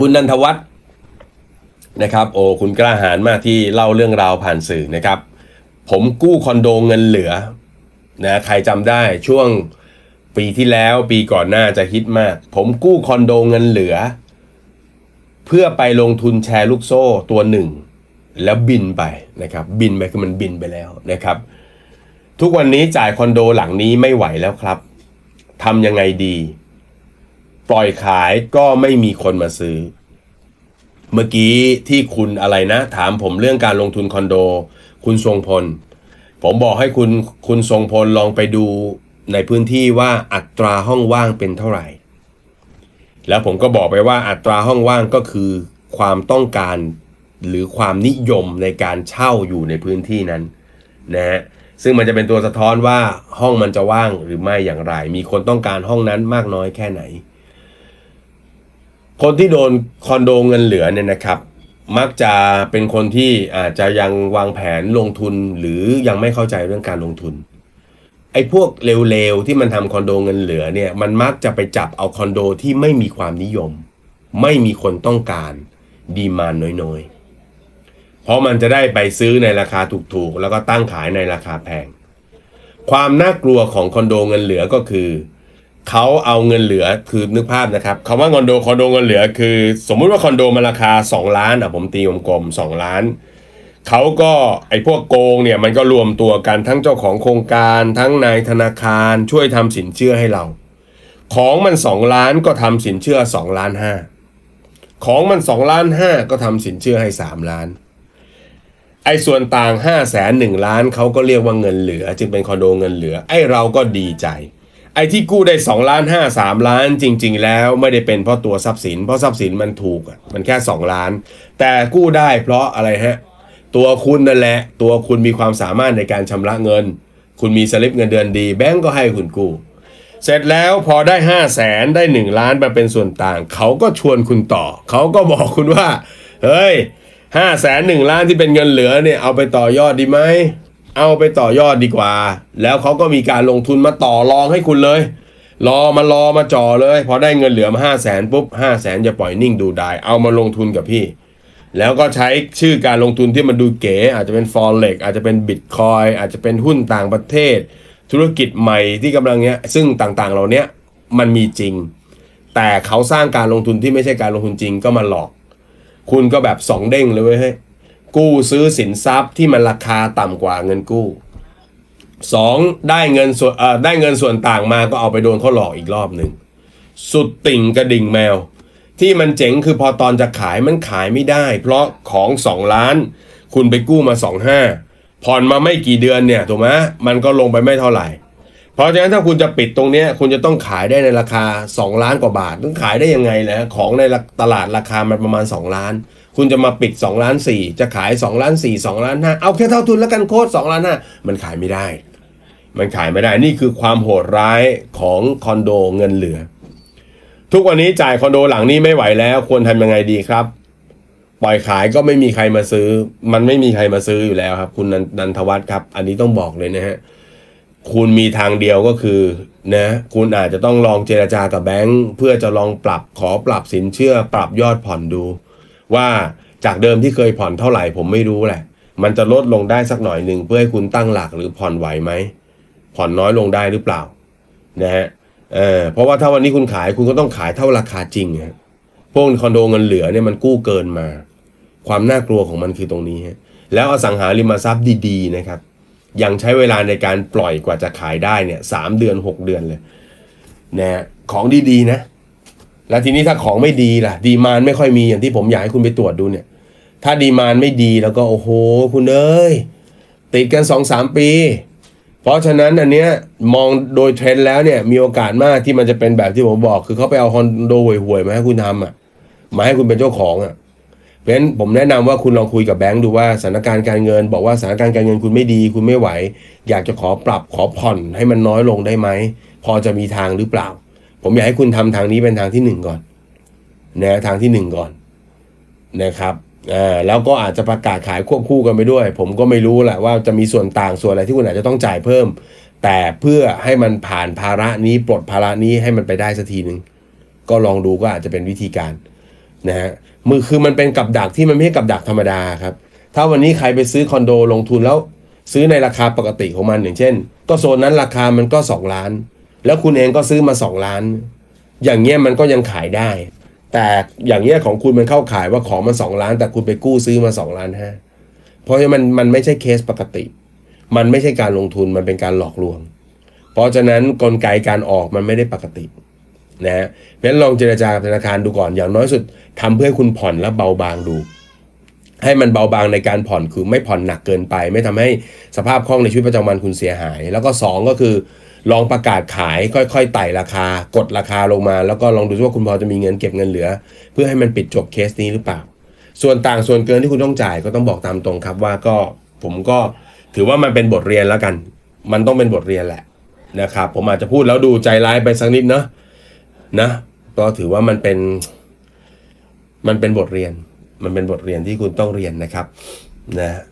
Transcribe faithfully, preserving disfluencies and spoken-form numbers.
คุณนันทวัฒน์นะครับโอ้คุณกล้าหาญมากที่เล่าเรื่องราวผ่านสื่อนะครับผมกู้คอนโดเงินเหลือนะใครจำได้ช่วงปีที่แล้วปีก่อนหน้าจะฮิตมากผมกู้คอนโดเงินเหลือเพื่อไปลงทุนแชร์ลูกโซ่ตัวหนึ่งแล้วบินไปนะครับบินไปคือมันบินไปแล้วนะครับทุกวันนี้จ่ายคอนโดหลังนี้ไม่ไหวแล้วครับทำยังไงดีปล่อยขายก็ไม่มีคนมาซื้อเมื่อกี้ที่คุณอะไรนะถามผมเรื่องการลงทุนคอนโดคุณทรงพลผมบอกให้คุณคุณทรงพลลองไปดูในพื้นที่ว่าอัตราห้องว่างเป็นเท่าไหร่แล้วผมก็บอกไปว่าอัตราห้องว่างก็คือความต้องการหรือความนิยมในการเช่าอยู่ในพื้นที่นั้นนะฮะซึ่งมันจะเป็นตัวสะท้อนว่าห้องมันจะว่างหรือไม่อย่างไรมีคนต้องการห้องนั้นมากน้อยแค่ไหนคนที่โดนคอนโดเงินเหลือเนี่ยนะครับมักจะเป็นคนที่อาจจะยังวางแผนลงทุนหรือยังไม่เข้าใจเรื่องการลงทุนไอ้พวกเร็วๆที่มันทำคอนโดเงินเหลือเนี่ยมันมักจะไปจับเอาคอนโดที่ไม่มีความนิยมไม่มีคนต้องการดีมานด์น้อยๆเพราะมันจะได้ไปซื้อในราคาถูกๆแล้วก็ตั้งขายในราคาแพงความน่ากลัวของคอนโดเงินเหลือก็คือเขาเอาเงินเหลือคือนึกภาพนะครับคำว่าคอนโดคอนโดเงินเหลือคือสมมุติว่าคอนโดมันราคาสองล้านอ่ะผมตีกลมๆสองล้านเขาก็ไอ้พวกโกงเนี่ยมันก็รวมตัวกันทั้งเจ้าของโครงการทั้งนายธนาคารช่วยทำสินเชื่อให้เราของมันสองล้านก็ทำสินเชื่อสองล้านห้าของมันสองล้านห้าก็ทำสินเชื่อให้สามล้านไอ้ส่วนต่างห้าแสนหนึ่งล้านเขาก็เรียกว่าเงินเหลือจึงเป็นคอนโดเงินเหลือไอ้เราก็ดีใจไอ้ที่กู้ได้สองล้านห้า สามล้านจริงๆแล้วไม่ได้เป็นเพราะตัวทรัพย์สินเพราะทรัพย์สินมันถูกมันแค่สองล้านแต่กู้ได้เพราะอะไรฮะตัวคุณนั่นแหละตัวคุณมีความสามารถในการชำระเงินคุณมีสลิปเงินเดือนดีแบงก์ก็ให้คุณกู้เสร็จแล้วพอได้ห้าแสนได้หนึ่งล้านมาเป็นส่วนต่างเขาก็ชวนคุณต่อเขาก็บอกคุณว่าเฮ้ยห้าแสนหนึ่งล้านที่เป็นเงินเหลือเนี่ยเอาไปต่อยอดดีไหมเอาไปต่อยอดดีกว่าแล้วเขาก็มีการลงทุนมาต่อรองให้คุณเลยรอมารอมาจ่อเลยพอได้เงินเหลือมาห้าแสนปุ๊บห้าแสนจะปล่อยนิ่งดูได้เอามาลงทุนกับพี่แล้วก็ใช้ชื่อการลงทุนที่มันดูเก๋อาจจะเป็น Forex อาจจะเป็น Bitcoin อาจจะเป็นหุ้นต่างประเทศธุรกิจใหม่ที่กำลังเนี้ยซึ่งต่างๆเหล่านี้มันมีจริงแต่เขาสร้างการลงทุนที่ไม่ใช่การลงทุนจริงก็มาหลอกคุณก็แบบสองเด้งเลยเว้ยเฮ้ยกู้ซื้อสินทรัพย์ที่มันราคาต่ำกว่าเงินกู้สองได้เงินส่วนเอ่อได้เงินส่วนต่างมาก็เอาไปโดนเขาหลอกอีกรอบหนึ่งสุดติ่งกระดิ่งแมวที่มันเจ๋งคือพอตอนจะขายมันขายไม่ได้เพราะของสองล้านคุณไปกู้มาสองห้าผ่อนมาไม่กี่เดือนเนี่ยถูกไหมมันก็ลงไปไม่เท่าไหร่เพราะฉะนั้นถ้าคุณจะปิดตรงนี้คุณจะต้องขายได้ในราคาสองล้านกว่าบาทต้องขายได้ยังไงนะของในตลาดราคามันประมาณสองล้านคุณจะมาปิดสองล้านสี่จะขายสองล้านสี่ สองล้านห้าเอาแค่เท่าทุนแล้วกันโค้ดสองล้านห้ามันขายไม่ได้มันขายไม่ได้นี่คือความโหดร้ายของคอนโดเงินเหลือทุกวันนี้จ่ายคอนโดหลังนี้ไม่ไหวแล้วควรทำยังไงดีครับปล่อยขายก็ไม่มีใครมาซื้อมันไม่มีใครมาซื้ออยู่แล้วครับคุณนันทวัฒน์ครับอันนี้ต้องบอกเลยนะฮะคุณมีทางเดียวก็คือนะคุณอาจจะต้องลองเจรจากับแบงค์เพื่อจะลองปรับขอปรับสินเชื่อปรับยอดผ่อนดูว่าจากเดิมที่เคยผ่อนเท่าไหร่ผมไม่รู้แหละมันจะลดลงได้สักหน่อยหนึ่งเพื่อให้คุณตั้งหลักหรือผ่อนไหวไหมผ่อนน้อยลงได้หรือเปล่านะฮะเออเพราะว่าถ้าวันนี้คุณขายคุณก็ต้องขายเท่าราคาจริงฮะพวกคอนโดเงินเหลือเนี่ยมันกู้เกินมาความน่ากลัวของมันคือตรงนี้ฮะแล้วอสังหาริมทรัพย์ดีๆนะครับยังใช้เวลาในการปล่อยกว่าจะขายได้เนี่ยสามเดือนหกเดือนเลยนะของดีๆนะแล้วทีนี้ถ้าของไม่ดีล่ะดีมานด์ไม่ค่อยมีอย่างที่ผมอยากให้คุณไปตรวจดูเนี่ยถ้าดีมานด์ไม่ดีแล้วก็โอ้โหคุณเอ้ยติดกัน สองสาม ปีเพราะฉะนั้นอันเนี้ยมองโดยเทรนด์แล้วเนี่ยมีโอกาสมากที่มันจะเป็นแบบที่ผมบอกคือเขาไปเอาคอนโดห่วยๆมาให้คุณทำอ่ะมาให้คุณเป็นเจ้าของอ่ะเพราะฉะนั้นผมแนะนำว่าคุณลองคุยกับแบงค์ดูว่าสถานการณ์การเงินบอกว่าสถานการณ์การเงินคุณไม่ดีคุณไม่ไหวอยากจะขอปรับขอผ่อนให้มันน้อยลงได้ไหมพอจะมีทางหรือเปล่าผมอยากให้คุณทำทางนี้เป็นทางที่หนึ่งก่อนนะทางที่หนึ่งก่อนนะครับอ่าแล้วก็อาจจะประกาศขายควบคู่กันไปด้วยผมก็ไม่รู้แหละว่าจะมีส่วนต่างส่วนอะไรที่คุณอาจจะต้องจ่ายเพิ่มแต่เพื่อให้มันผ่านภาระนี้ปลดภาระนี้ให้มันไปได้สักทีนึงก็ลองดูก็อาจจะเป็นวิธีการนะฮะมือคือมันเป็นกับดักที่มันไม่ใช่กับดักธรรมดาครับถ้าวันนี้ใครไปซื้อคอนโดลงทุนแล้วซื้อในราคาปกติของมันอย่างเช่นก็โซนนั้นราคามันก็สองล้านแล้วคุณเองก็ซื้อมาสองล้านอย่างเงี้ยมันก็ยังขายได้แต่อย่างเงี้ยของคุณมันเข้าขายว่าของมันสองล้านแต่คุณไปกู้ซื้อมาสองล้านห้าเพราะฉะนั้นมันมันไม่ใช่เคสปกติมันไม่ใช่การลงทุนมันเป็นการหลอกลวงเพราะฉะนั้นกลไกการออกมันไม่ได้ปกตินะฮะเพราะฉะนั้นลองเจรจากับธนาคารดูก่อนอย่างน้อยสุดทำเพื่อให้คุณผ่อนและเบาบางดูให้มันเบาบางในการผ่อนคือไม่ผ่อนหนักเกินไปไม่ทำให้สภาพคล่องในชีวิตประจำวันคุณเสียหายแล้วก็สองก็คือลองประกาศขายค่อยๆไต่ราคากดราคาลงมาแล้วก็ลองดูว่าคุณพอจะมีเงินเก็บเงินเหลือเพื่อให้มันปิดจบเคสนี้หรือเปล่าส่วนต่างส่วนเกินที่คุณต้องจ่ายก็ต้องบอกตามตรงครับว่าก็ผมก็ถือว่ามันเป็นบทเรียนแล้วกันมันต้องเป็นบทเรียนแหละนะครับผมอาจจะพูดแล้วดูใจร้ายไปสักนิดเนาะนะก็ถือว่ามันเป็นมันเป็นบทเรียนมันเป็นบทเรียนที่คุณต้องเรียนนะครับนะ